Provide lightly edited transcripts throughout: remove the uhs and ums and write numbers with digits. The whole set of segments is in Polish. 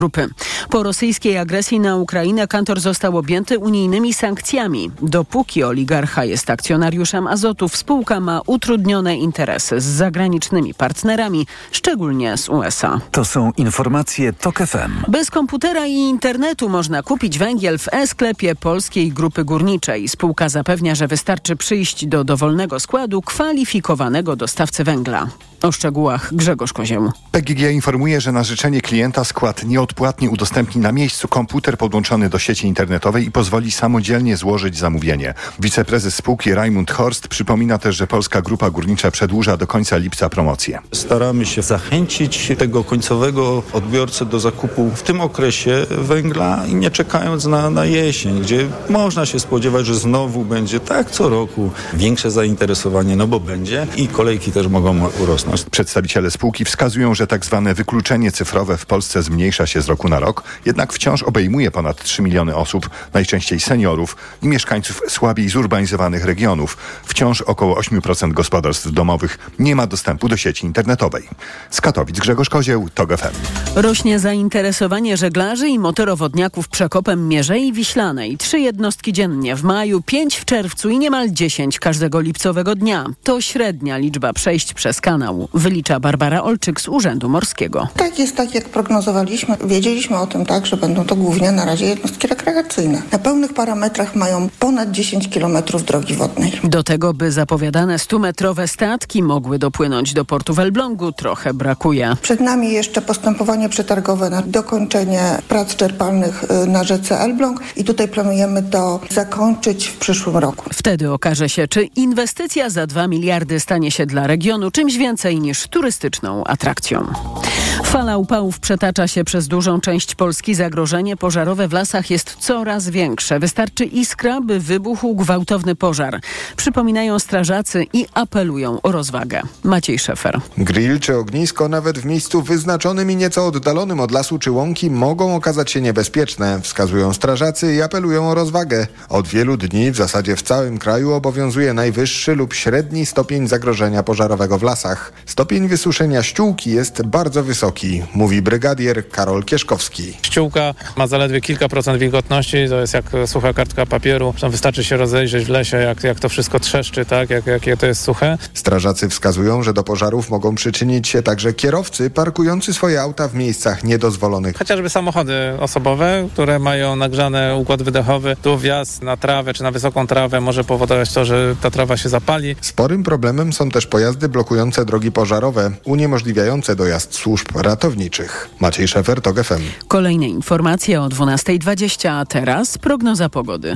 grupy. Po rosyjskiej agresji na Ukrainę Kantor został objęty unijnymi sankcjami. Dopóki oligarcha jest akcjonariuszem Azotów, spółka ma utrudnione interesy z zagranicznymi partnerami, szczególnie z USA. To są informacje TOK FM. Bez komputera i internetu można kupić węgiel w e-sklepie Polskiej Grupy Górniczej. Spółka zapewnia, że wystarczy przyjść do dowolnego składu kwalifikowanego dostawcy węgla. O szczegółach Grzegorz Kozieł. PGG informuje, że na życzenie klienta skład nieodpłatnie udostępni na miejscu komputer podłączony do sieci internetowej i pozwoli samodzielnie złożyć zamówienie. Wiceprezes spółki Raimund Horst przypomina też, że Polska Grupa Górnicza przedłuża do końca lipca promocję. Staramy się zachęcić tego końcowego odbiorcę do zakupu w tym okresie węgla i nie czekając na jesień, gdzie można się spodziewać, że znowu będzie tak co roku większe zainteresowanie, no bo będzie i kolejki też mogą urosnąć. Przedstawiciele spółki wskazują, że tak zwane wykluczenie cyfrowe w Polsce zmniejsza się z roku na rok, jednak wciąż obejmuje ponad 3 miliony osób, najczęściej seniorów i mieszkańców słabiej zurbanizowanych regionów. Wciąż około 8% gospodarstw domowych nie ma dostępu do sieci internetowej. Z Katowic Grzegorz Kozieł, TOK FM. Rośnie zainteresowanie żeglarzy i motorowodniaków Przekopem Mierzei Wiślanej. 3 jednostki dziennie w maju, 5 w czerwcu i niemal 10 każdego lipcowego dnia. To średnia liczba przejść przez kanał, wylicza Barbara Olczyk z Urzędu Morskiego. Tak jest, tak jak prognozowaliśmy. Wiedzieliśmy o tym tak, że będą to głównie na razie jednostki rekreacyjne. Na pełnych parametrach mają ponad 10 km drogi wodnej. Do tego, by zapowiadane 100-metrowe statki mogły dopłynąć do portu w Elblągu, trochę brakuje. Przed nami jeszcze postępowanie przetargowe na dokończenie prac czerpalnych na rzece Elbląg i tutaj planujemy to zakończyć w przyszłym roku. Wtedy okaże się, czy inwestycja za 2 miliardy stanie się dla regionu czymś więcej niż turystyczną atrakcją. Fala upałów przetacza się przez dużą część Polski. Zagrożenie pożarowe w lasach jest coraz większe. Wystarczy iskra, by wybuchł gwałtowny pożar. Przypominają strażacy i apelują o rozwagę. Maciej Szefer. Grill czy ognisko nawet w miejscu wyznaczonym i nieco oddalonym od lasu czy łąki mogą okazać się niebezpieczne, wskazują strażacy i apelują o rozwagę. Od wielu dni w zasadzie w całym kraju obowiązuje najwyższy lub średni stopień zagrożenia pożarowego w lasach. Stopień wysuszenia ściółki jest bardzo wysoki, mówi brygadier Karol Kieszkowski. Ściółka ma zaledwie kilka procent wilgotności, to jest jak sucha kartka papieru. Wystarczy się rozejrzeć w lesie, jak to wszystko trzeszczy, tak? Jakie to jest suche. Strażacy wskazują, że do pożarów mogą przyczynić się także kierowcy parkujący swoje auta w miejscach niedozwolonych. Chociażby samochody osobowe, które mają nagrzany układ wydechowy. Tu wjazd na trawę czy na wysoką trawę może powodować to, że ta trawa się zapali. Sporym problemem są też pojazdy blokujące drogi pożarowe, uniemożliwiające dojazd służb ratowniczych. Maciej Szefer, TOK FM. Kolejne informacje o 12:20, a teraz prognoza pogody.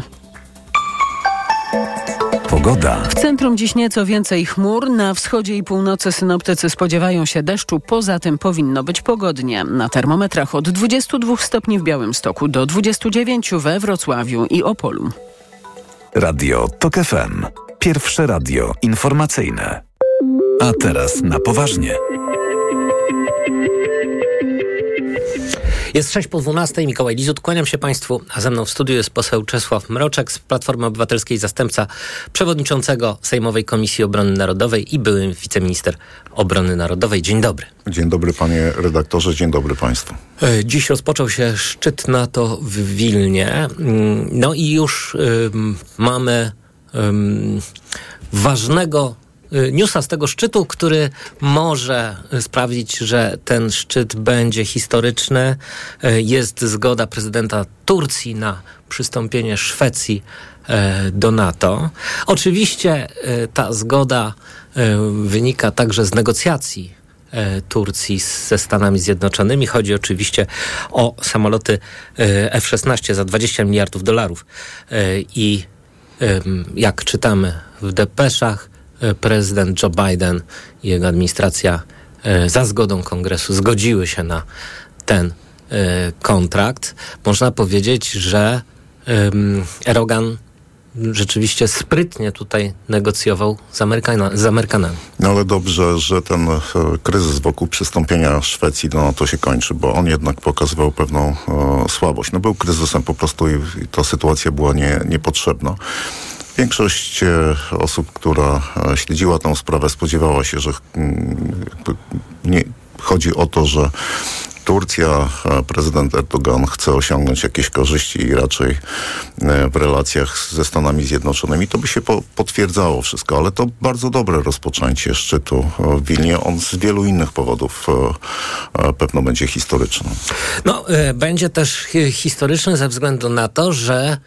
Pogoda. W centrum dziś nieco więcej chmur. Na wschodzie i północy synoptycy spodziewają się deszczu. Poza tym powinno być pogodnie. Na termometrach od 22 stopni w Białymstoku do 29 we Wrocławiu i Opolu. Radio TOK FM. Pierwsze radio informacyjne. A teraz na poważnie. Jest 6:12, Mikołaj Lizut, kłaniam się Państwu, a ze mną w studiu jest poseł Czesław Mroczek z Platformy Obywatelskiej, zastępca przewodniczącego Sejmowej Komisji Obrony Narodowej i były wiceminister obrony narodowej. Dzień dobry. Dzień dobry panie redaktorze, dzień dobry Państwu. Dziś rozpoczął się szczyt NATO w Wilnie, no i już mamy ważnego newsa z tego szczytu, który może sprawić, że ten szczyt będzie historyczny. Jest zgoda prezydenta Turcji na przystąpienie Szwecji do NATO. Oczywiście ta zgoda wynika także z negocjacji Turcji ze Stanami Zjednoczonymi. Chodzi oczywiście o samoloty F-16 za $20 miliardów. I jak czytamy w depeszach, prezydent Joe Biden i jego administracja za zgodą Kongresu zgodziły się na ten kontrakt. Można powiedzieć, że Erdogan rzeczywiście sprytnie tutaj negocjował z Amerykanami. No ale dobrze, że ten kryzys wokół przystąpienia Szwecji do NATO się kończy, bo on jednak pokazywał pewną słabość. No był kryzysem po prostu i ta sytuacja była niepotrzebna. Większość osób, która śledziła tę sprawę, spodziewała się, że nie chodzi o to, że Turcja, prezydent Erdogan chce osiągnąć jakieś korzyści i raczej w relacjach ze Stanami Zjednoczonymi, to by się potwierdzało wszystko, ale to bardzo dobre rozpoczęcie szczytu w Wilnie. On z wielu innych powodów pewno będzie historyczny. No, będzie też historyczny ze względu na to, że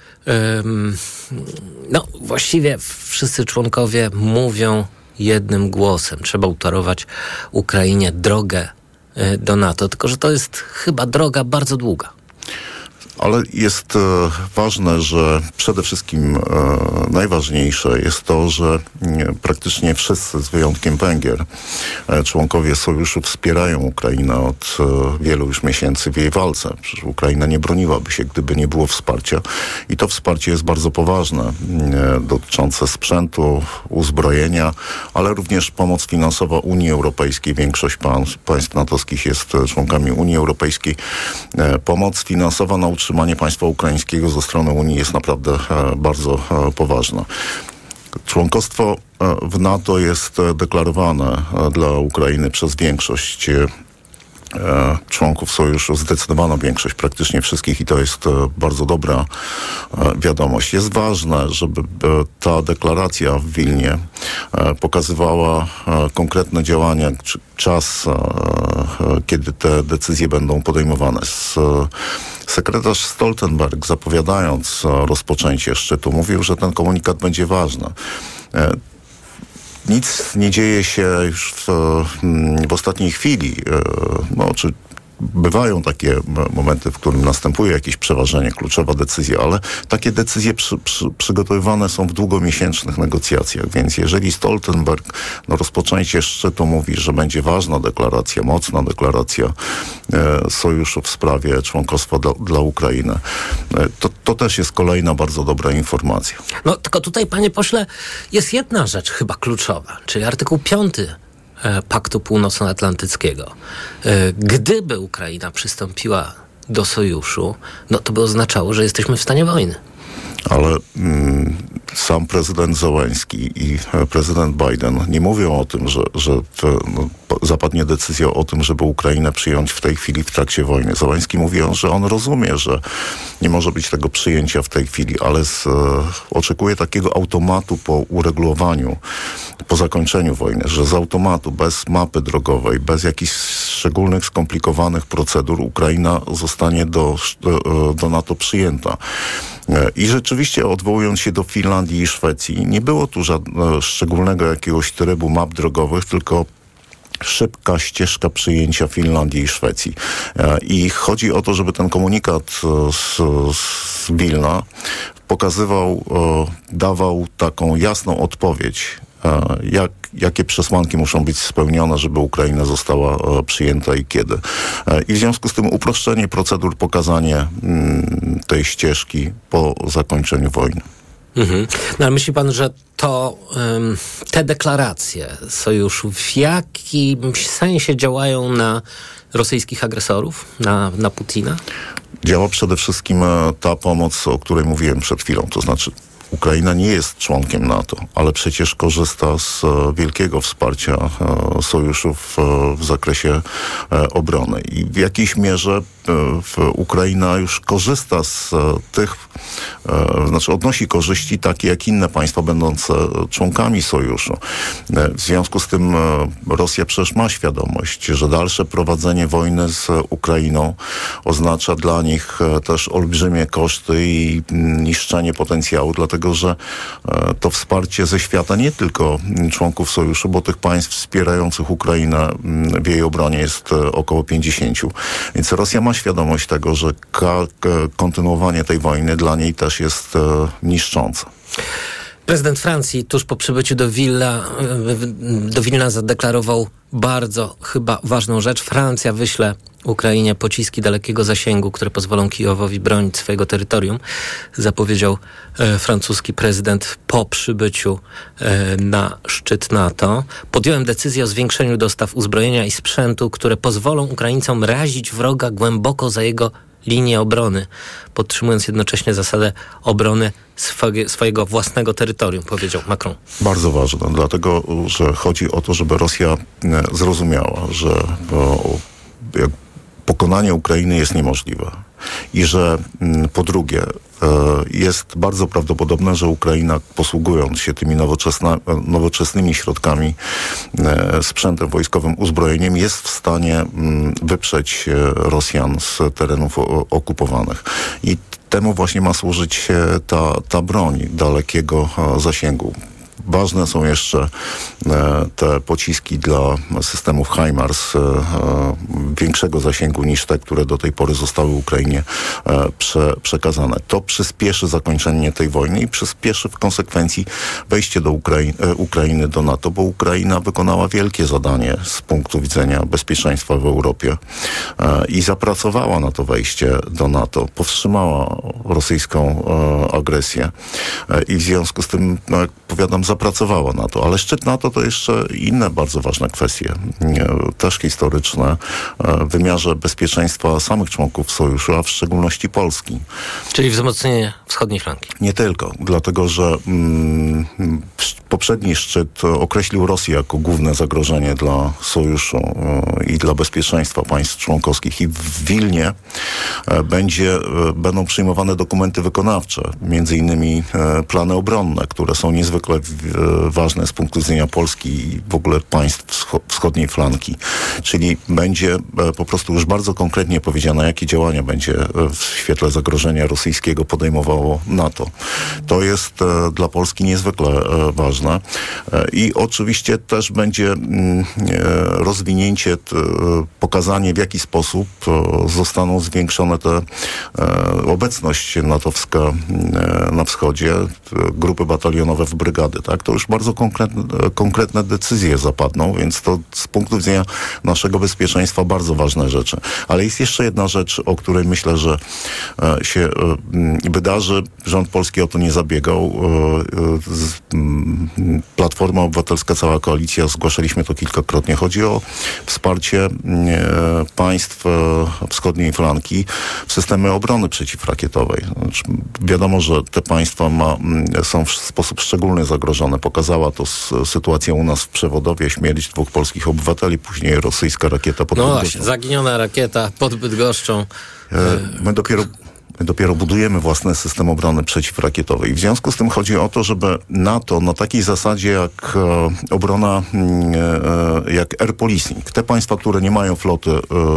właściwie wszyscy członkowie mówią jednym głosem. Trzeba utorować Ukrainie drogę do NATO, tylko że to jest chyba droga bardzo długa. Ale jest ważne, że przede wszystkim najważniejsze jest to, że praktycznie wszyscy, z wyjątkiem Węgier, członkowie sojuszu wspierają Ukrainę od wielu już miesięcy w jej walce. Przecież Ukraina nie broniłaby się, gdyby nie było wsparcia. I to wsparcie jest bardzo poważne, dotyczące sprzętu, uzbrojenia, ale również pomoc finansowa Unii Europejskiej. Większość państw natowskich jest członkami Unii Europejskiej. Pomoc finansowa na utrzymanie państwa ukraińskiego ze strony Unii jest naprawdę bardzo poważne. Członkostwo w NATO jest deklarowane dla Ukrainy przez większość członków sojuszu, zdecydowaną większość, praktycznie wszystkich, i to jest bardzo dobra wiadomość. Jest ważne, żeby ta deklaracja w Wilnie pokazywała konkretne działania, czas, kiedy te decyzje będą podejmowane. Sekretarz Stoltenberg, zapowiadając rozpoczęcie szczytu, mówił, że ten komunikat będzie ważny. Nic nie dzieje się już w ostatniej chwili. Czy bywają takie momenty, w którym następuje jakieś przeważenie, kluczowa decyzja, ale takie decyzje przygotowywane są w długomiesięcznych negocjacjach, więc jeżeli Stoltenberg na rozpoczęcie szczytu mówi, że będzie ważna deklaracja, mocna deklaracja sojuszu w sprawie członkostwa dla Ukrainy, to też jest kolejna bardzo dobra informacja. No tylko tutaj, panie pośle, jest jedna rzecz chyba kluczowa, czyli artykuł 5 Paktu Północnoatlantyckiego. Gdyby Ukraina przystąpiła do sojuszu, to by oznaczało, że jesteśmy w stanie wojny. Ale sam prezydent Zełenski i prezydent Biden nie mówią o tym, że zapadnie decyzja o tym, żeby Ukrainę przyjąć w tej chwili w trakcie wojny. Zełenski mówi, że on rozumie, że nie może być tego przyjęcia w tej chwili, ale oczekuje takiego automatu po uregulowaniu, po zakończeniu wojny, że z automatu, bez mapy drogowej, bez jakichś szczególnych, skomplikowanych procedur Ukraina zostanie do NATO przyjęta. I rzeczywiście, odwołując się do Finlandii i Szwecji, nie było tu szczególnego jakiegoś trybu map drogowych, tylko szybka ścieżka przyjęcia Finlandii i Szwecji. I chodzi o to, żeby ten komunikat z Wilna pokazywał, dawał taką jasną odpowiedź, jakie przesłanki muszą być spełnione, żeby Ukraina została przyjęta i kiedy. I w związku z tym uproszczenie procedur, pokazanie tej ścieżki po zakończeniu wojny. Mhm. No ale myśli pan, że te deklaracje sojuszu w jakimś sensie działają na rosyjskich agresorów, na Putina? Działa przede wszystkim ta pomoc, o której mówiłem przed chwilą, to znaczy Ukraina nie jest członkiem NATO, ale przecież korzysta z wielkiego wsparcia sojuszu w zakresie obrony. I w jakiejś mierze Ukraina już korzysta z tych, odnosi korzyści takie jak inne państwa będące członkami sojuszu. W związku z tym Rosja przecież ma świadomość, że dalsze prowadzenie wojny z Ukrainą oznacza dla nich też olbrzymie koszty i niszczenie potencjału, dlatego że to wsparcie ze świata, nie tylko członków sojuszu, bo tych państw wspierających Ukrainę w jej obronie jest około 50. Więc Rosja ma świadomość tego, że kontynuowanie tej wojny dla niej też jest niszczące. Prezydent Francji tuż po przybyciu do Wilna zadeklarował bardzo chyba ważną rzecz. Francja wyśle Ukrainie pociski dalekiego zasięgu, które pozwolą Kijowowi bronić swojego terytorium, zapowiedział francuski prezydent po przybyciu na szczyt NATO. Podjąłem decyzję o zwiększeniu dostaw uzbrojenia i sprzętu, które pozwolą Ukraińcom razić wroga głęboko za jego linię obrony, podtrzymując jednocześnie zasadę obrony swojego własnego terytorium, powiedział Macron. Bardzo ważne, dlatego, że chodzi o to, żeby Rosja zrozumiała, że jak pokonanie Ukrainy jest niemożliwe. I że po drugie jest bardzo prawdopodobne, że Ukraina, posługując się tymi nowoczesnymi środkami, sprzętem wojskowym, uzbrojeniem, jest w stanie wyprzeć Rosjan z terenów okupowanych. I temu właśnie ma służyć ta broń dalekiego zasięgu. Ważne są jeszcze te pociski dla systemów HIMARS większego zasięgu niż te, które do tej pory zostały Ukrainie przekazane. To przyspieszy zakończenie tej wojny i przyspieszy w konsekwencji wejście do Ukrainy do NATO, bo Ukraina wykonała wielkie zadanie z punktu widzenia bezpieczeństwa w Europie i zapracowała na to wejście do NATO, powstrzymała rosyjską agresję i w związku z tym, jak powiadam, zapracowała na to. Ale szczyt NATO to jeszcze inne bardzo ważne kwestie, też historyczne, w wymiarze bezpieczeństwa samych członków sojuszu, a w szczególności Polski. Czyli wzmocnienie wschodniej flanki. Nie tylko, dlatego że poprzedni szczyt określił Rosję jako główne zagrożenie dla sojuszu i dla bezpieczeństwa państw członkowskich. I w Wilnie będą przyjmowane dokumenty wykonawcze, między innymi plany obronne, które są niezwykle ważne z punktu widzenia Polski i w ogóle państw wschodniej flanki. Czyli będzie po prostu już bardzo konkretnie powiedziane, jakie działania będzie w świetle zagrożenia rosyjskiego podejmowało NATO. To jest dla Polski niezwykle ważne. I oczywiście też będzie rozwinięcie, pokazanie, w jaki sposób zostaną zwiększone te obecność natowska na wschodzie, grupy batalionowe w brygady, tak? To już bardzo konkretne decyzje zapadną, więc to z punktu widzenia naszego bezpieczeństwa bardzo ważne rzeczy. Ale jest jeszcze jedna rzecz, o której myślę, że się wydarzy. Rząd polski o to nie zabiegał. Platforma Obywatelska, cała koalicja, zgłaszaliśmy to kilkakrotnie. Chodzi o wsparcie państw wschodniej flanki w systemie obrony przeciwrakietowej. Znaczy, wiadomo, że te państwa są w sposób szczególny zagrożone. Pokazała to sytuacja u nas w Przewodowie, śmierć 2 polskich obywateli, później rosyjska rakieta pod Bydgoszczą. Właśnie, zaginiona rakieta pod Bydgoszczą. My dopiero budujemy własny system obrony przeciwrakietowej. W związku z tym chodzi o to, żeby NATO na takiej zasadzie jak obrona, jak air policing, te państwa, które nie mają floty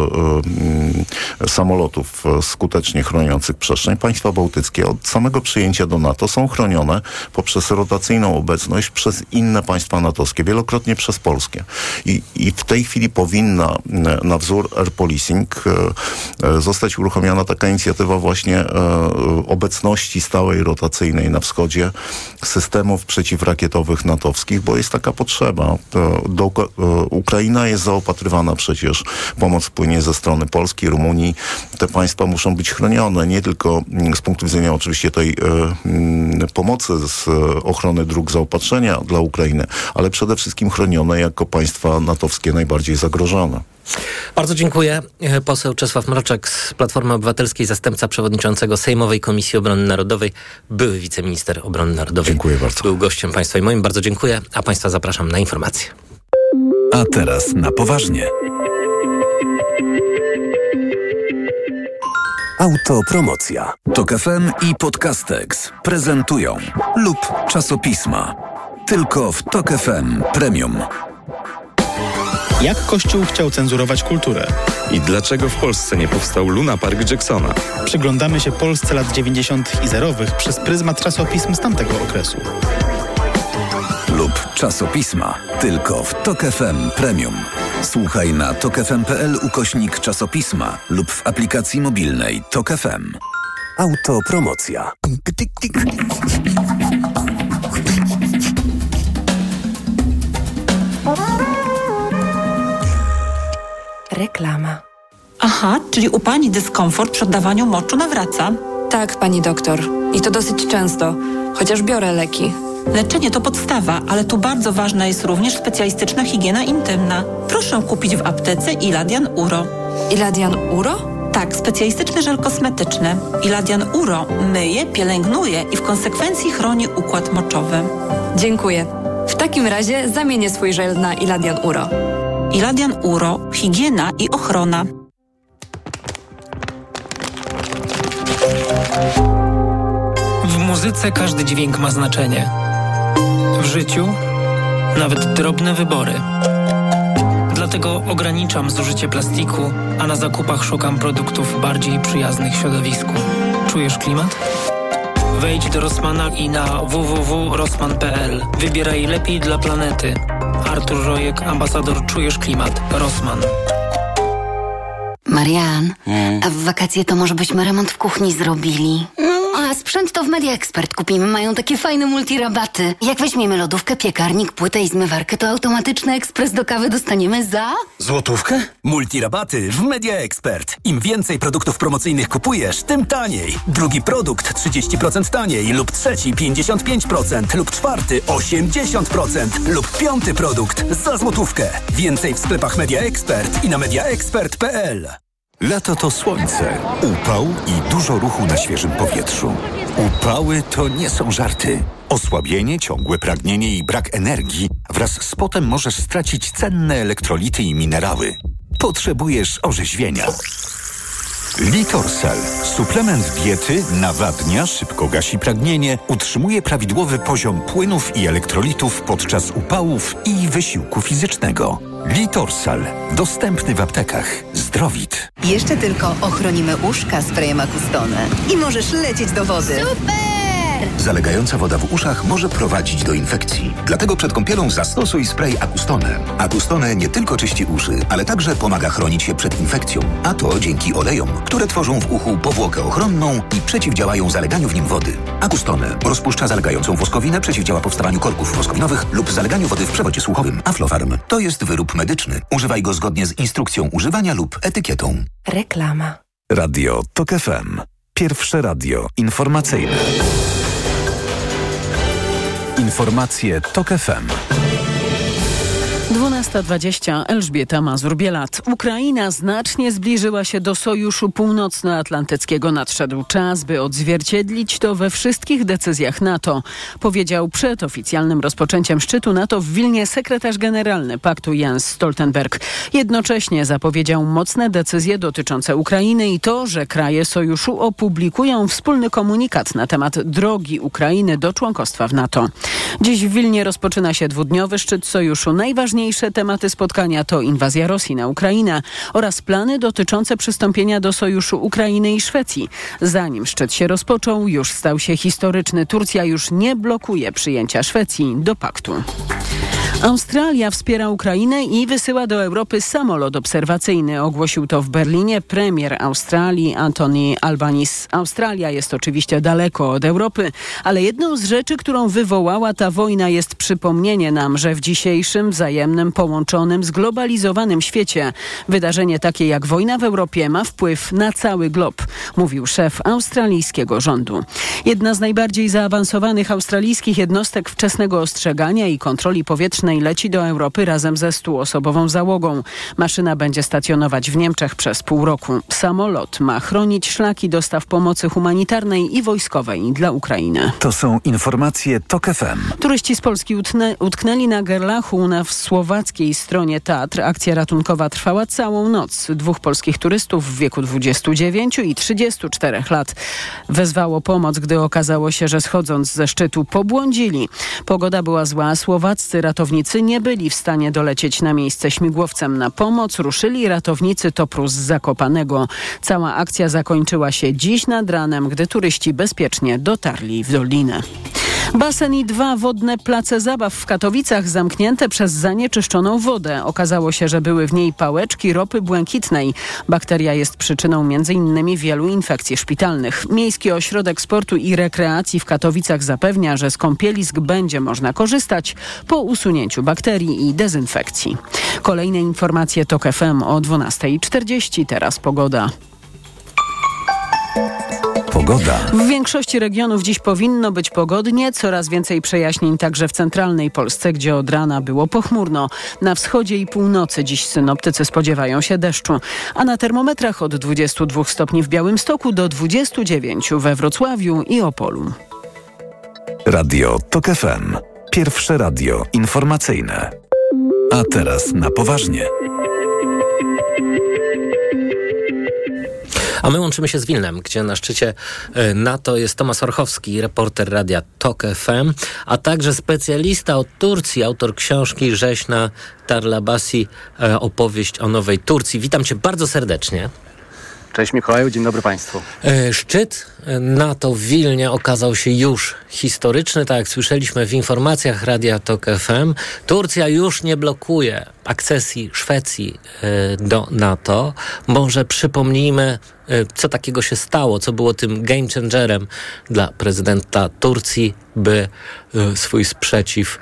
samolotów skutecznie chroniących przestrzeń, państwa bałtyckie od samego przyjęcia do NATO są chronione poprzez rotacyjną obecność przez inne państwa natowskie, wielokrotnie przez Polskę. I w tej chwili powinna na wzór air policing zostać uruchomiona taka inicjatywa właśnie obecności stałej rotacyjnej na wschodzie systemów przeciwrakietowych natowskich, bo jest taka potrzeba. Ukraina jest zaopatrywana przecież, pomoc płynie ze strony Polski, Rumunii. Te państwa muszą być chronione, nie tylko z punktu widzenia oczywiście tej pomocy z ochrony dróg zaopatrzenia dla Ukrainy, ale przede wszystkim chronione jako państwa natowskie najbardziej zagrożone. Bardzo dziękuję. Poseł Czesław Mroczek z Platformy Obywatelskiej, zastępca przewodniczącego Sejmowej Komisji Obrony Narodowej, były wiceminister obrony narodowej. Dziękuję bardzo. Był gościem państwa i moim. Bardzo dziękuję, a państwa zapraszam na informacje. A teraz na poważnie. Autopromocja. TOK FM i Podcastex prezentują lub czasopisma. Tylko w TOK FM Premium. Jak Kościół chciał cenzurować kulturę? I dlaczego w Polsce nie powstał Luna Park Jacksona? Przyglądamy się Polsce lat 90. i zerowych przez pryzmat czasopism z tamtego okresu. Lub czasopisma. Tylko w TOK FM Premium. Słuchaj na tokfm.pl/czasopisma lub w aplikacji mobilnej TOK FM. Autopromocja. Reklama. Aha, czyli u pani dyskomfort przy oddawaniu moczu nawraca? Tak, pani doktor. I to dosyć często, chociaż biorę leki. Leczenie to podstawa, ale tu bardzo ważna jest również specjalistyczna higiena intymna. Proszę kupić w aptece Iladian Uro. Iladian Uro? Tak, specjalistyczny żel kosmetyczny. Iladian Uro myje, pielęgnuje i w konsekwencji chroni układ moczowy. Dziękuję. W takim razie zamienię swój żel na Iladian Uro. Iladian Uro, higiena i ochrona. W muzyce każdy dźwięk ma znaczenie. W życiu nawet drobne wybory. Dlatego ograniczam zużycie plastiku, a na zakupach szukam produktów bardziej przyjaznych środowisku. Czujesz klimat? Wejdź do Rossmana i na www.rossmann.pl. Wybieraj lepiej dla planety. Artur Rojek, ambasador Czujesz Klimat. Rossmann. Marian, a w wakacje to może byśmy remont w kuchni zrobili? A sprzęt to w Media Expert kupimy. Mają takie fajne multirabaty. Jak weźmiemy lodówkę, piekarnik, płytę i zmywarkę, to automatyczny ekspres do kawy dostaniemy za... Złotówkę? Multirabaty w Media Expert. Im więcej produktów promocyjnych kupujesz, tym taniej. Drugi produkt 30% taniej lub trzeci 55% lub czwarty 80% lub piąty produkt za złotówkę. Więcej w sklepach Media Expert i na mediaexpert.pl. Lato to słońce, upał i dużo ruchu na świeżym powietrzu. Upały to nie są żarty. Osłabienie, ciągłe pragnienie i brak energii wraz z potem możesz stracić cenne elektrolity i minerały. Potrzebujesz orzeźwienia. Litorsal. Suplement diety nawadnia, szybko gasi pragnienie, utrzymuje prawidłowy poziom płynów i elektrolitów podczas upałów i wysiłku fizycznego. Litorsal. Dostępny w aptekach. Zdrowit. Jeszcze tylko ochronimy uszka sprayem Acustone i możesz lecieć do wody. Super! Zalegająca woda w uszach może prowadzić do infekcji. Dlatego przed kąpielą zastosuj spray Acustone. Acustone nie tylko czyści uszy, ale także pomaga chronić się przed infekcją. A to dzięki olejom, które tworzą w uchu powłokę ochronną i przeciwdziałają zaleganiu w nim wody. Acustone rozpuszcza zalegającą woskowinę, przeciwdziała powstawaniu korków woskowinowych lub zaleganiu wody w przewodzie słuchowym. Aflofarm to jest wyrób medyczny. Używaj go zgodnie z instrukcją używania lub etykietą. Reklama. Radio TOK FM. Pierwsze radio informacyjne. Informacje TOK FM. 12:20. Elżbieta Mazur-Bielat. Ukraina znacznie zbliżyła się do Sojuszu Północnoatlantyckiego. Nadszedł czas, by odzwierciedlić to we wszystkich decyzjach NATO, powiedział przed oficjalnym rozpoczęciem szczytu NATO w Wilnie sekretarz generalny paktu Jens Stoltenberg. Jednocześnie zapowiedział mocne decyzje dotyczące Ukrainy i to, że kraje Sojuszu opublikują wspólny komunikat na temat drogi Ukrainy do członkostwa w NATO. Dziś w Wilnie rozpoczyna się dwudniowy szczyt Sojuszu. Najważniejsze tematy spotkania to inwazja Rosji na Ukrainę oraz plany dotyczące przystąpienia do Sojuszu Ukrainy i Szwecji. Zanim szczyt się rozpoczął, już stał się historyczny. Turcja już nie blokuje przyjęcia Szwecji do paktu. Australia wspiera Ukrainę i wysyła do Europy samolot obserwacyjny. Ogłosił to w Berlinie premier Australii Anthony Albanese. Australia jest oczywiście daleko od Europy, ale jedną z rzeczy, którą wywołała ta wojna, jest przypomnienie nam, że w dzisiejszym wzajemnym, połączonym, zglobalizowanym świecie wydarzenie takie jak wojna w Europie ma wpływ na cały glob, mówił szef australijskiego rządu. Jedna z najbardziej zaawansowanych australijskich jednostek wczesnego ostrzegania i kontroli powietrznej leci do Europy razem ze 100-osobową załogą. Maszyna będzie stacjonować w Niemczech przez pół roku. Samolot ma chronić szlaki dostaw pomocy humanitarnej i wojskowej dla Ukrainy. To są informacje TOK FM. Turyści z Polski utknęli na Gerlachu na słowackiej stronie Tatr. Akcja ratunkowa trwała całą noc. 2 polskich turystów w wieku 29 i 34 lat wezwało pomoc, gdy okazało się, że schodząc ze szczytu pobłądzili. Pogoda była zła, słowaccy ratownicy nie byli w stanie dolecieć na miejsce śmigłowcem na pomoc. Ruszyli ratownicy Topru z Zakopanego. Cała akcja zakończyła się dziś nad ranem, gdy turyści bezpiecznie dotarli w dolinę. Basen i 2 wodne place zabaw w Katowicach zamknięte przez zanieczyszczoną wodę. Okazało się, że były w niej pałeczki ropy błękitnej. Bakteria jest przyczyną m.in. wielu infekcji szpitalnych. Miejski Ośrodek Sportu i Rekreacji w Katowicach zapewnia, że z kąpielisk będzie można korzystać po usunięciu bakterii i dezynfekcji. Kolejne informacje TOK FM o 12:40. Teraz pogoda. Pogoda. W większości regionów dziś powinno być pogodnie. Coraz więcej przejaśnień także w centralnej Polsce, gdzie od rana było pochmurno. Na wschodzie i północy dziś synoptycy spodziewają się deszczu. A na termometrach od 22 stopni w Białymstoku do 29 we Wrocławiu i Opolu. Radio TOK FM. Pierwsze radio informacyjne. A teraz na poważnie. A my łączymy się z Wilnem, gdzie na szczycie NATO jest Tomasz Orchowski, reporter Radia TOK FM, a także specjalista od Turcji, autor książki Rzeźna Tarlabasi, opowieść o nowej Turcji. Witam cię bardzo serdecznie. Cześć Mikołaju, dzień dobry Państwu. Szczyt NATO w Wilnie okazał się już historyczny, tak jak słyszeliśmy w informacjach Radia TOK FM. Turcja już nie blokuje akcesji Szwecji do NATO. Może przypomnijmy, co takiego się stało, co było tym game changerem dla prezydenta Turcji, by swój sprzeciw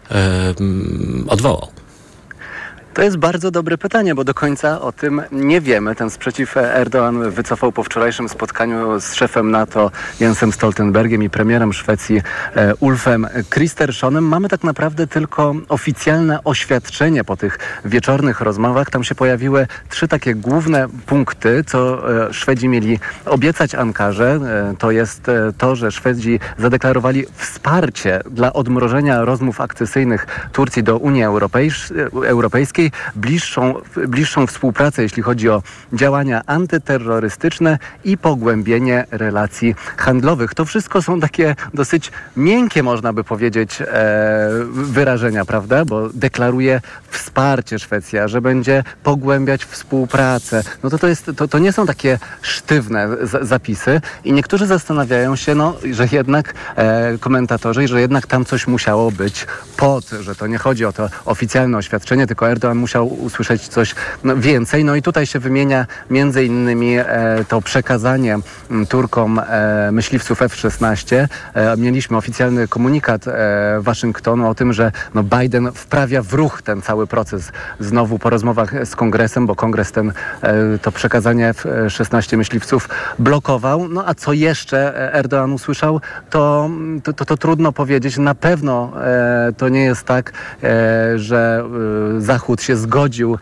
odwołał. To jest bardzo dobre pytanie, bo do końca o tym nie wiemy. Ten sprzeciw Erdoğan wycofał po wczorajszym spotkaniu z szefem NATO Jensem Stoltenbergiem i premierem Szwecji Ulfem Kristerssonem. Mamy tak naprawdę tylko oficjalne oświadczenie po tych wieczornych rozmowach. Tam się pojawiły 3 takie główne punkty, co Szwedzi mieli obiecać Ankarze. To jest to, że Szwedzi zadeklarowali wsparcie dla odmrożenia rozmów akcesyjnych Turcji do Unii Europejskiej, bliższą współpracę, jeśli chodzi o działania antyterrorystyczne i pogłębienie relacji handlowych. To wszystko są takie dosyć miękkie, można by powiedzieć, wyrażenia, prawda? Bo deklaruje wsparcie Szwecja, że będzie pogłębiać współpracę. No to nie są takie sztywne zapisy i niektórzy zastanawiają się, że jednak komentatorzy, że jednak tam coś musiało być że to nie chodzi o to oficjalne oświadczenie, tylko Erdoğan musiał usłyszeć coś więcej. No i tutaj się wymienia między innymi to przekazanie Turkom myśliwców F-16. Mieliśmy oficjalny komunikat Waszyngtonu o tym, że Biden wprawia w ruch ten cały proces znowu po rozmowach z Kongresem, bo Kongres to przekazanie F-16 myśliwców blokował. No a co jeszcze Erdoğan usłyszał, to trudno powiedzieć. Na pewno to nie jest tak, że Zachód się zgodził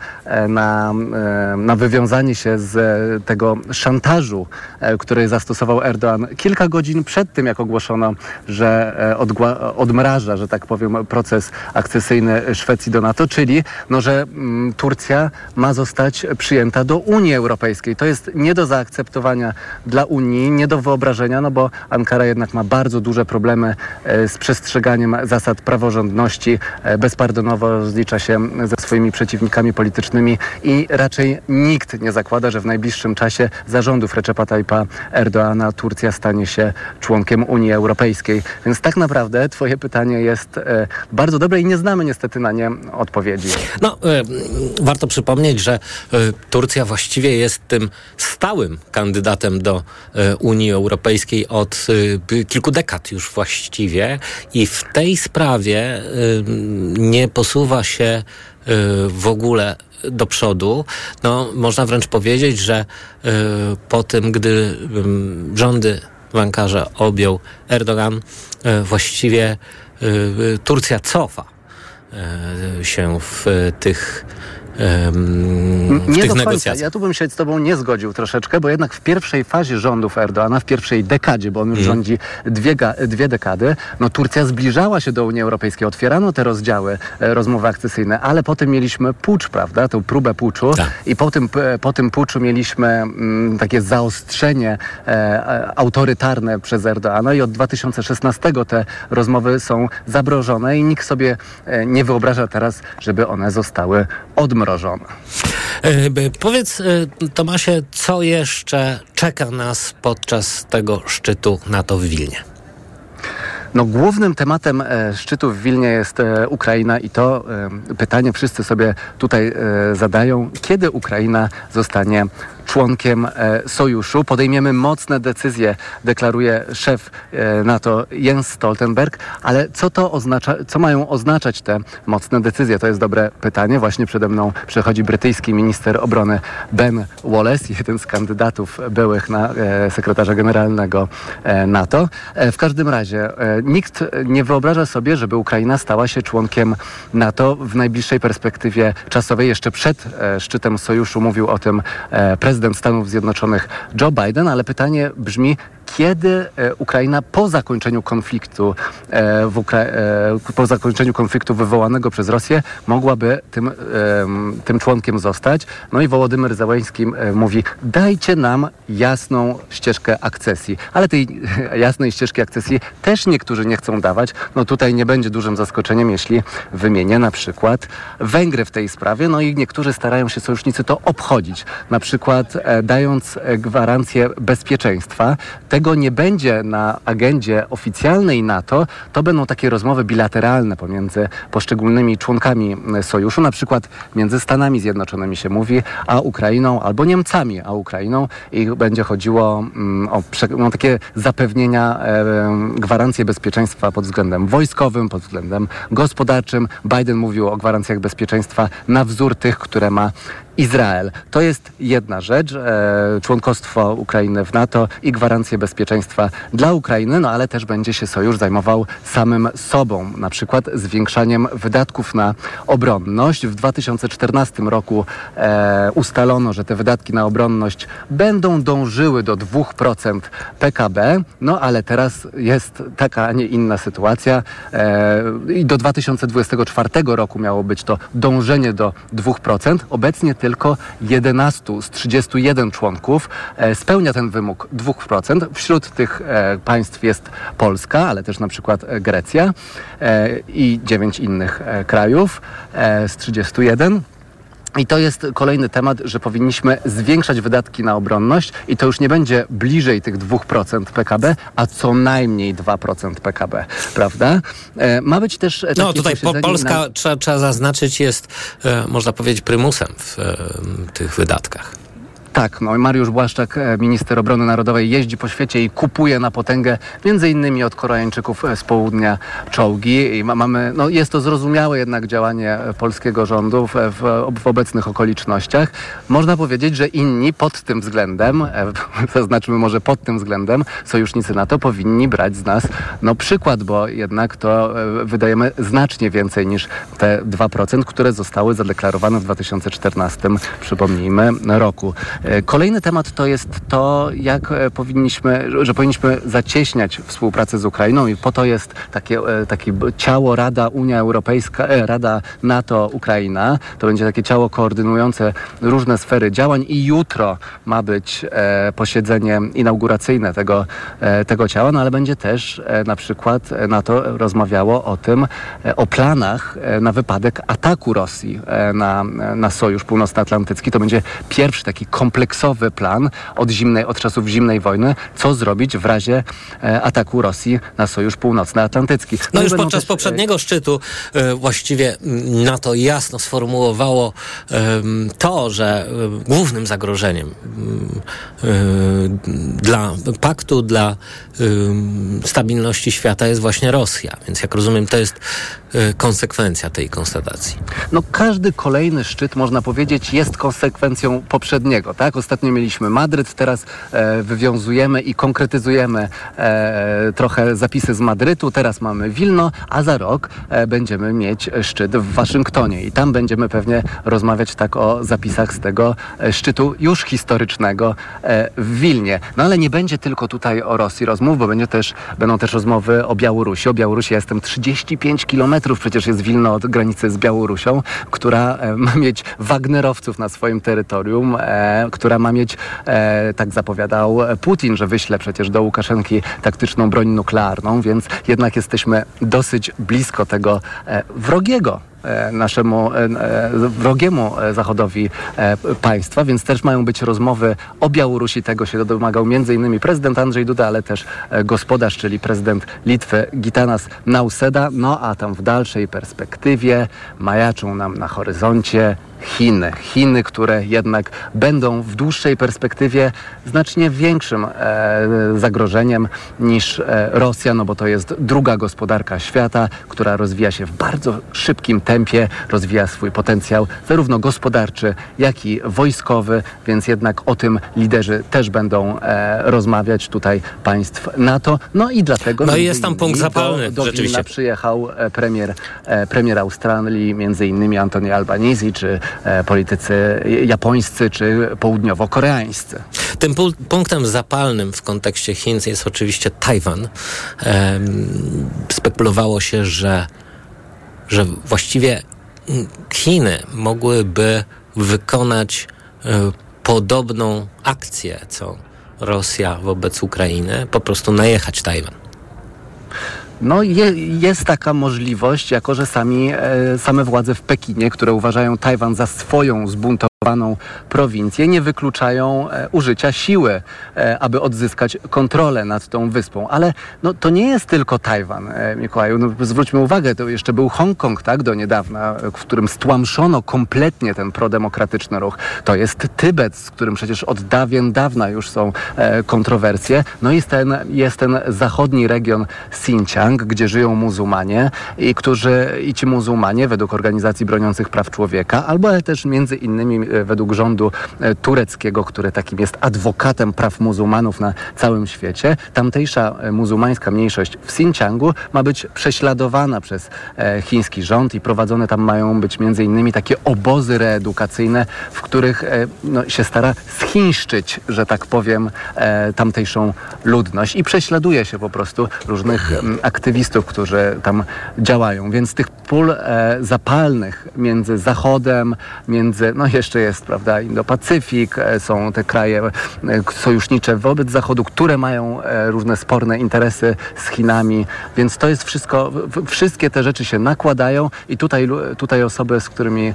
na wywiązanie się z tego szantażu, który zastosował Erdoğan kilka godzin przed tym, jak ogłoszono, że odmraża, że tak powiem, proces akcesyjny Szwecji do NATO, czyli że Turcja ma zostać przyjęta do Unii Europejskiej. To jest nie do zaakceptowania dla Unii, nie do wyobrażenia, bo Ankara jednak ma bardzo duże problemy z przestrzeganiem zasad praworządności, bezpardonowo rozlicza się ze swoimi przeciwnikami politycznymi i raczej nikt nie zakłada, że w najbliższym czasie za rządów Recepa Tayyipa Erdoğana Turcja stanie się członkiem Unii Europejskiej. Więc tak naprawdę twoje pytanie jest bardzo dobre i nie znamy niestety na nie odpowiedzi. Warto przypomnieć, że Turcja właściwie jest tym stałym kandydatem do Unii Europejskiej od kilku dekad już właściwie i w tej sprawie nie posuwa się w ogóle do przodu. Można wręcz powiedzieć, że po tym, gdy rządy w Ankarze objął Erdoğan, właściwie Turcja cofa się w tych nie do końca. Ja tu bym się z tobą nie zgodził troszeczkę, bo jednak w pierwszej fazie rządów Erdoğana, w pierwszej dekadzie, bo on już rządzi dwie dekady, Turcja zbliżała się do Unii Europejskiej, otwierano te rozdziały, rozmowy akcesyjne, ale potem mieliśmy pucz, prawda, tą próbę puczu i po tym puczu mieliśmy takie zaostrzenie autorytarne przez Erdoğana i od 2016 te rozmowy są zamrożone i nikt sobie nie wyobraża teraz, żeby one zostały odmrożone. Powiedz, Tomasie, co jeszcze czeka nas podczas tego szczytu NATO w Wilnie? Głównym tematem szczytu w Wilnie jest Ukraina i to pytanie wszyscy sobie tutaj zadają, kiedy Ukraina zostanie członkiem sojuszu. Podejmiemy mocne decyzje, deklaruje szef NATO Jens Stoltenberg, ale co to oznacza, co mają oznaczać te mocne decyzje? To jest dobre pytanie. Właśnie przede mną przechodzi brytyjski minister obrony Ben Wallace, jeden z kandydatów byłych na sekretarza generalnego NATO. W każdym razie nikt nie wyobraża sobie, żeby Ukraina stała się członkiem NATO w najbliższej perspektywie czasowej. Jeszcze przed szczytem sojuszu mówił o tym prezydent Stanów Zjednoczonych Joe Biden, ale pytanie brzmi, kiedy Ukraina po zakończeniu konfliktu po zakończeniu konfliktu wywołanego przez Rosję mogłaby tym członkiem zostać. No i Wołodymyr Zełenski mówi, dajcie nam jasną ścieżkę akcesji. Ale tej jasnej ścieżki akcesji też niektórzy nie chcą dawać. No tutaj nie będzie dużym zaskoczeniem, jeśli wymienię na przykład Węgry w tej sprawie. No i niektórzy starają się sojusznicy to obchodzić. Na przykład dając gwarancję bezpieczeństwa. Tego nie będzie na agendzie oficjalnej NATO. To będą takie rozmowy bilateralne pomiędzy poszczególnymi członkami sojuszu. Na przykład między Stanami Zjednoczonymi się mówi, a Ukrainą, albo Niemcami, a Ukrainą. I będzie chodziło o takie zapewnienia, gwarancje bezpieczeństwa pod względem wojskowym, pod względem gospodarczym. Biden mówił o gwarancjach bezpieczeństwa na wzór tych, które ma Izrael. To jest jedna rzecz, członkostwo Ukrainy w NATO i gwarancje bezpieczeństwa dla Ukrainy, no ale też będzie się sojusz zajmował samym sobą, na przykład zwiększaniem wydatków na obronność. W 2014 roku ustalono, że te wydatki na obronność będą dążyły do 2% PKB, no ale teraz jest taka, a nie inna sytuacja i do 2024 roku miało być to dążenie do 2%. Obecnie tylko 11 z 31 członków spełnia ten wymóg 2%. Wśród tych państw jest Polska, ale też na przykład Grecja i 9 innych krajów z 31. I to jest kolejny temat, że powinniśmy zwiększać wydatki na obronność i to już nie będzie bliżej tych 2% PKB, a co najmniej 2% PKB, prawda? Ma być też... No tutaj Polska, trzeba zaznaczyć, jest, można powiedzieć, prymusem w tych wydatkach. Tak, no i Mariusz Błaszczak, minister obrony narodowej, jeździ po świecie i kupuje na potęgę między innymi od Koreańczyków z południa czołgi i mamy, no jest to zrozumiałe jednak działanie polskiego rządu w obecnych okolicznościach. Można powiedzieć, że inni pod tym względem, zaznaczmy może pod tym względem, sojusznicy NATO powinni brać z nas przykład, bo jednak to wydajemy znacznie więcej niż te 2%, które zostały zadeklarowane w 2014, przypomnijmy, roku. Kolejny temat to jest to, że powinniśmy zacieśniać współpracę z Ukrainą i po to jest takie ciało Rada Unia Europejska, Rada NATO-Ukraina. To będzie takie ciało koordynujące różne sfery działań i jutro ma być posiedzenie inauguracyjne tego ciała, no ale będzie też na przykład NATO rozmawiało o planach na wypadek ataku Rosji na Sojusz Północnoatlantycki. To będzie pierwszy taki kompleksowy plan od czasów zimnej wojny, co zrobić w razie ataku Rosji na Sojusz Północnoatlantycki. No już podczas poprzedniego szczytu właściwie NATO jasno sformułowało to, że głównym zagrożeniem dla paktu, dla stabilności świata jest właśnie Rosja. Więc jak rozumiem, to jest konsekwencja tej konstatacji. No każdy kolejny szczyt, można powiedzieć, jest konsekwencją poprzedniego, tak? Ostatnio mieliśmy Madryt, teraz wywiązujemy i konkretyzujemy trochę zapisy z Madrytu, teraz mamy Wilno, a za rok będziemy mieć szczyt w Waszyngtonie i tam będziemy pewnie rozmawiać tak o zapisach z tego szczytu już historycznego w Wilnie. No ale nie będzie tylko tutaj o Rosji rozmów, bo będą też rozmowy o Białorusi. O Białorusi ja jestem 35 kilometrów, przecież jest Wilno od granicy z Białorusią, która ma mieć Wagnerowców na swoim terytorium, która ma mieć, tak zapowiadał Putin, że wyśle przecież do Łukaszenki taktyczną broń nuklearną, więc jednak jesteśmy dosyć blisko tego wrogiemu Zachodowi państwa, więc też mają być rozmowy o Białorusi. Tego się domagał m.in. prezydent Andrzej Duda, ale też gospodarz, czyli prezydent Litwy Gitanas Nauseda. No a tam w dalszej perspektywie majaczą nam na horyzoncie Chiny, które jednak będą w dłuższej perspektywie znacznie większym zagrożeniem niż Rosja, no bo to jest druga gospodarka świata, która rozwija się w bardzo szybkim tempie, rozwija swój potencjał zarówno gospodarczy, jak i wojskowy, więc jednak o tym liderzy też będą rozmawiać tutaj państw NATO. No i dlatego... No i jest tam punkt zapalny, do rzeczywiście. Wilna przyjechał premier Australii, między innymi Anthony Albanese, czy politycy japońscy czy południowo-koreańscy. Tym punktem zapalnym w kontekście Chin jest oczywiście Tajwan. Spekulowało się, że właściwie Chiny mogłyby wykonać podobną akcję, co Rosja wobec Ukrainy, po prostu najechać Tajwan. No jest taka możliwość, jako że same władze w Pekinie, które uważają Tajwan za swoją zbuntowaną prowincję, nie wykluczają użycia siły, aby odzyskać kontrolę nad tą wyspą. Ale to nie jest tylko Tajwan, Mikołaju. Zwróćmy uwagę, to jeszcze był Hongkong, tak, do niedawna, w którym stłamszono kompletnie ten prodemokratyczny ruch. To jest Tybet, z którym przecież od dawna już są kontrowersje. No jest ten zachodni region Xinjiang, gdzie żyją muzułmanie i ci muzułmanie według organizacji broniących praw człowieka, ale też między innymi według rządu tureckiego, który takim jest adwokatem praw muzułmanów na całym świecie, tamtejsza muzułmańska mniejszość w Xinjiangu ma być prześladowana przez chiński rząd i prowadzone tam mają być między innymi takie obozy reedukacyjne, w których się stara zchińszczyć, że tak powiem, tamtejszą ludność i prześladuje się po prostu różnych aktywistów, którzy tam działają. Więc tych pól zapalnych między Zachodem, jeszcze jest, prawda, Indo-Pacyfik, są te kraje sojusznicze wobec Zachodu, które mają różne sporne interesy z Chinami, więc to jest wszystko, wszystkie te rzeczy się nakładają i tutaj osoby, z którymi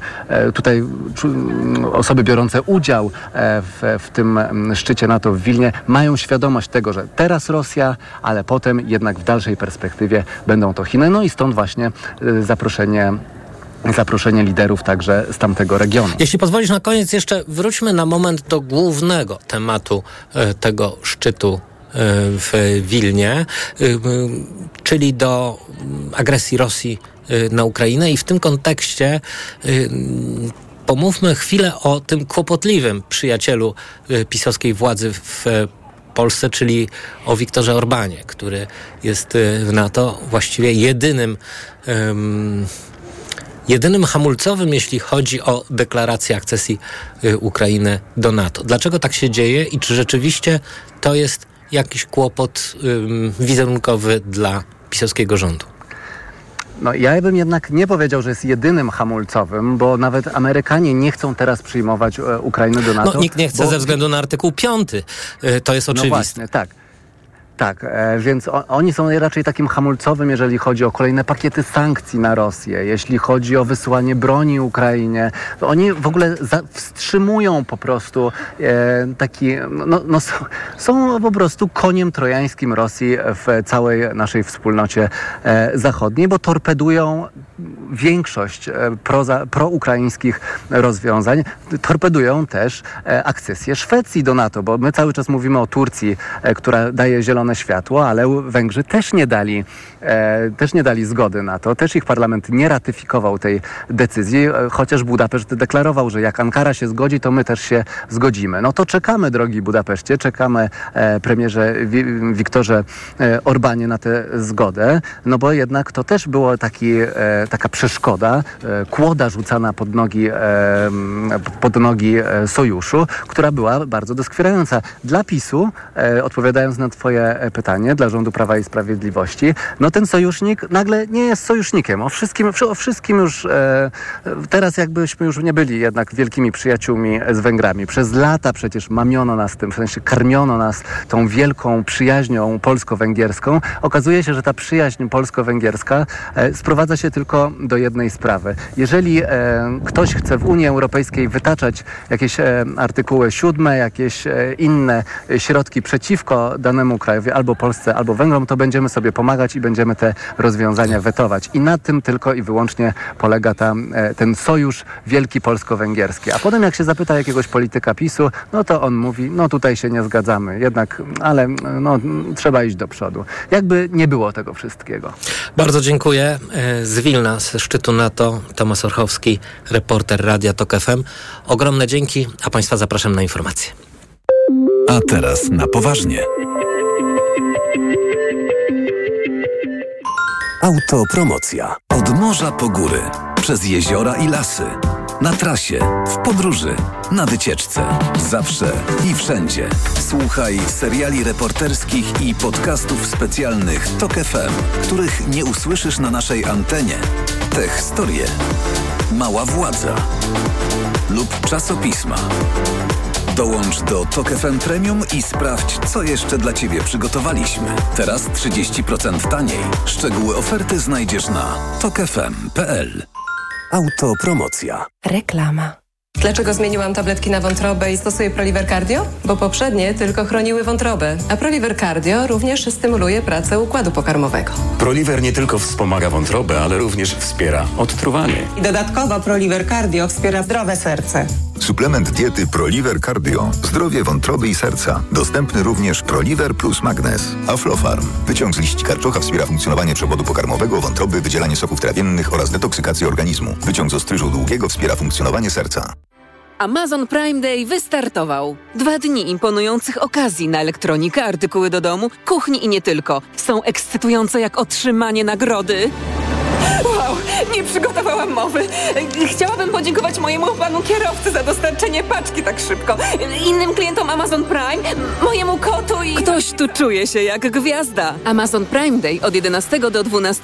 osoby biorące udział w tym szczycie NATO w Wilnie mają świadomość tego, że teraz Rosja, ale potem jednak w dalszej perspektywie będą to Chiny. No i stąd właśnie zaproszenie liderów także z tamtego regionu. Jeśli pozwolisz, na koniec jeszcze wróćmy na moment do głównego tematu tego szczytu w Wilnie, czyli do agresji Rosji na Ukrainę i w tym kontekście pomówmy chwilę o tym kłopotliwym przyjacielu pisowskiej władzy w Polsce, czyli o Viktorze Orbanie, który jest w NATO właściwie jedynym hamulcowym, jeśli chodzi o deklarację akcesji Ukrainy do NATO. Dlaczego tak się dzieje i czy rzeczywiście to jest jakiś kłopot wizerunkowy dla pisowskiego rządu? Ja bym jednak nie powiedział, że jest jedynym hamulcowym, bo nawet Amerykanie nie chcą teraz przyjmować Ukrainy do NATO. Nikt nie chce ze względu na artykuł 5. To jest oczywiste. No właśnie, tak. Tak, więc oni są raczej takim hamulcowym, jeżeli chodzi o kolejne pakiety sankcji na Rosję, jeśli chodzi o wysyłanie broni Ukrainie. Oni w ogóle wstrzymują po prostu są po prostu koniem trojańskim Rosji w całej naszej wspólnocie zachodniej, bo torpedują większość proukraińskich rozwiązań. Torpedują też akcesję Szwecji do NATO, bo my cały czas mówimy o Turcji, która daje zielone światło, ale Węgrzy też nie dali zgody na to. Też ich parlament nie ratyfikował tej decyzji, chociaż Budapeszt deklarował, że jak Ankara się zgodzi, to my też się zgodzimy. No to czekamy, drogi Budapeszcie, czekamy, premierze Viktorze Orbanie, na tę zgodę, no bo jednak to też było taka przeszkoda, kłoda rzucana pod nogi sojuszu, która była bardzo doskwierająca. Dla PiS-u, odpowiadając na twoje pytanie, dla rządu Prawa i Sprawiedliwości, no ten sojusznik nagle nie jest sojusznikiem. O wszystkim już teraz jakbyśmy już nie byli jednak wielkimi przyjaciółmi z Węgrami. Przez lata przecież mamiono nas tym, w sensie karmiono nas tą wielką przyjaźnią polsko-węgierską. Okazuje się, że ta przyjaźń polsko-węgierska sprowadza się tylko do jednej sprawy. Jeżeli ktoś chce w Unii Europejskiej wytaczać jakieś artykuły 7, jakieś inne środki przeciwko danemu krajowi, albo Polsce, albo Węgrom, to będziemy sobie pomagać i będziemy te rozwiązania wetować. I na tym tylko i wyłącznie polega ten sojusz wielki polsko-węgierski. A potem jak się zapyta jakiegoś polityka PiS-u, no to on mówi, no tutaj się nie zgadzamy, jednak, ale no, trzeba iść do przodu. Jakby nie było tego wszystkiego. Bardzo dziękuję. Z Wilna, z szczytu NATO, Tomasz Orchowski, reporter Radia TOK FM. Ogromne dzięki, a Państwa zapraszam na informacje. A teraz na poważnie. Autopromocja. Od morza po góry, przez jeziora i lasy, Na trasie, w podróży, na wycieczce. Zawsze i wszędzie. Słuchaj seriali reporterskich i podcastów specjalnych TOK FM, których nie usłyszysz na naszej antenie. Te historie. Mała władza. Lub czasopisma. Dołącz do TOK FM Premium i sprawdź, co jeszcze dla Ciebie przygotowaliśmy. Teraz 30% taniej. Szczegóły oferty znajdziesz na tokefm.pl. Autopromocja. Reklama. Dlaczego zmieniłam tabletki na wątrobę i stosuję Proliver Cardio? Bo poprzednie tylko chroniły wątrobę, a Proliver Cardio również stymuluje pracę układu pokarmowego. Proliver nie tylko wspomaga wątrobę, ale również wspiera odtruwanie. I dodatkowo Proliver Cardio wspiera zdrowe serce. Suplement diety Proliver Cardio. Zdrowie wątroby i serca. Dostępny również Proliver plus Magnez. Aflofarm. Wyciąg z liści karczocha wspiera funkcjonowanie przewodu pokarmowego, wątroby, wydzielanie soków trawiennych oraz detoksykację organizmu. Wyciąg z ostryżu długiego wspiera funkcjonowanie serca. Amazon Prime Day wystartował. 2 dni imponujących okazji na elektronikę, artykuły do domu, kuchni i nie tylko. Są ekscytujące jak otrzymanie nagrody. Wow, nie przygotowałam mowy. Chciałabym podziękować mojemu panu kierowcy za dostarczenie paczki tak szybko. Innym klientom Amazon Prime, mojemu kotu i... Ktoś tu czuje się jak gwiazda. Amazon Prime Day od 11 do 12